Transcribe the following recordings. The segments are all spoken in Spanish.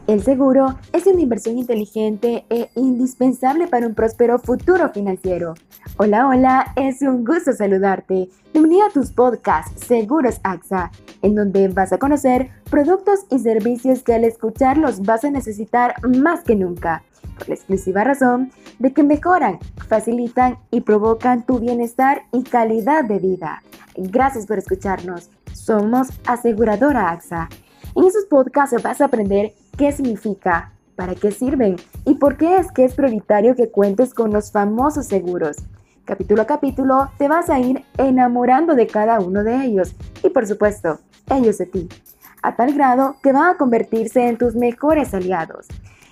El seguro es una inversión inteligente e indispensable para un próspero futuro financiero. Hola, hola, es un gusto saludarte. Bienvenido a tus podcasts Seguros AXA, en donde vas a conocer productos y servicios que al escucharlos vas a necesitar más que nunca, por la exclusiva razón de que mejoran, facilitan y provocan tu bienestar y calidad de vida. Gracias por escucharnos. Somos Aseguradora AXA. En esos podcasts vas a aprender qué significa, para qué sirven y por qué es que es prioritario que cuentes con los famosos seguros. Capítulo a capítulo te vas a ir enamorando de cada uno de ellos y por supuesto, ellos de ti, a tal grado que van a convertirse en tus mejores aliados.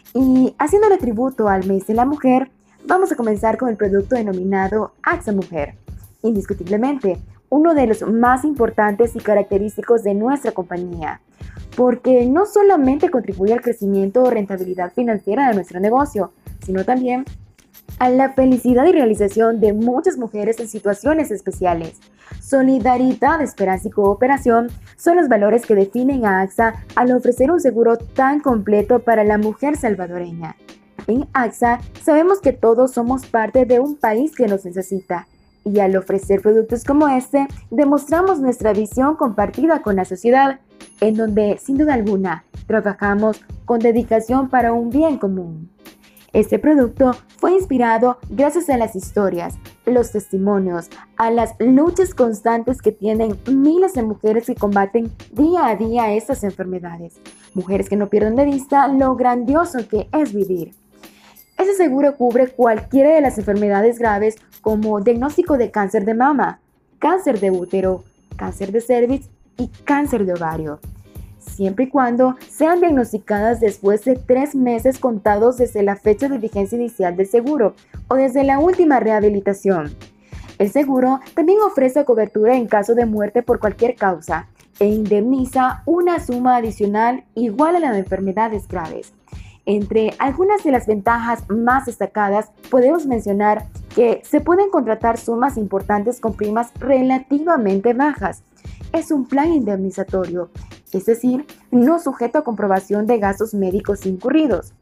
Y haciéndole tributo al mes de la mujer, vamos a comenzar con el producto denominado AXA Mujer. Indiscutiblemente, uno de los más importantes y característicos de nuestra compañía, porque no solamente contribuye al crecimiento o rentabilidad financiera de nuestro negocio, sino también a la felicidad y realización de muchas mujeres en situaciones especiales. Solidaridad, esperanza y cooperación son los valores que definen a AXA al ofrecer un seguro tan completo para la mujer salvadoreña. En AXA sabemos que todos somos parte de un país que nos necesita, y al ofrecer productos como este, demostramos nuestra visión compartida con la sociedad, en donde, sin duda alguna, trabajamos con dedicación para un bien común. Este producto fue inspirado gracias a las historias, los testimonios, a las luchas constantes que tienen miles de mujeres que combaten día a día estas enfermedades. Mujeres que no pierden de vista lo grandioso que es vivir. Este seguro cubre cualquiera de las enfermedades graves como diagnóstico de cáncer de mama, cáncer de útero, cáncer de cervix y cáncer de ovario, siempre y cuando sean diagnosticadas después de 3 meses contados desde la fecha de vigencia inicial del seguro o desde la última rehabilitación. El seguro también ofrece cobertura en caso de muerte por cualquier causa e indemniza una suma adicional igual a la de enfermedades graves. Entre algunas de las ventajas más destacadas, podemos mencionar que se pueden contratar sumas importantes con primas relativamente bajas. Es un plan indemnizatorio, es decir, no sujeto a comprobación de gastos médicos incurridos.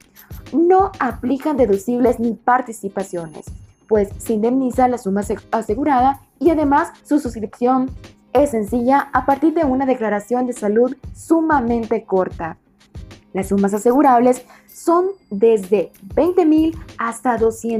No aplican deducibles ni participaciones, pues se indemniza la suma asegurada y además su suscripción es sencilla a partir de una declaración de salud sumamente corta. Las sumas asegurables son desde $20,000 hasta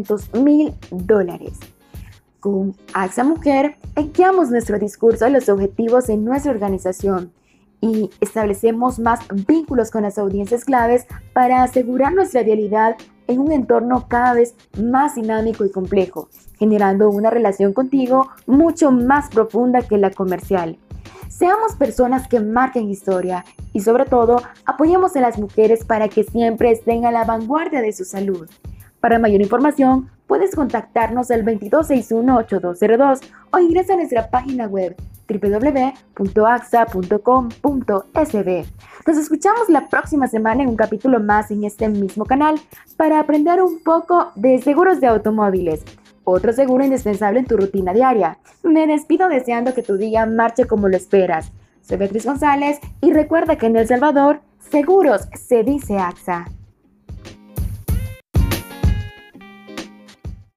$200,000. Con AXA Mujer, guiamos nuestro discurso a los objetivos de nuestra organización y establecemos más vínculos con las audiencias claves para asegurar nuestra vialidad en un entorno cada vez más dinámico y complejo, generando una relación contigo mucho más profunda que la comercial. Seamos personas que marquen historia y sobre todo apoyemos a las mujeres para que siempre estén a la vanguardia de su salud. Para mayor información puedes contactarnos al 2261-8202 o ingresa a nuestra página web www.axa.com.sb. Nos escuchamos la próxima semana en un capítulo más en este mismo canal para aprender un poco de seguros de automóviles. Otro seguro indispensable en tu rutina diaria. Me despido deseando que tu día marche como lo esperas. Soy Beatriz González y recuerda que en El Salvador, seguros se dice AXA.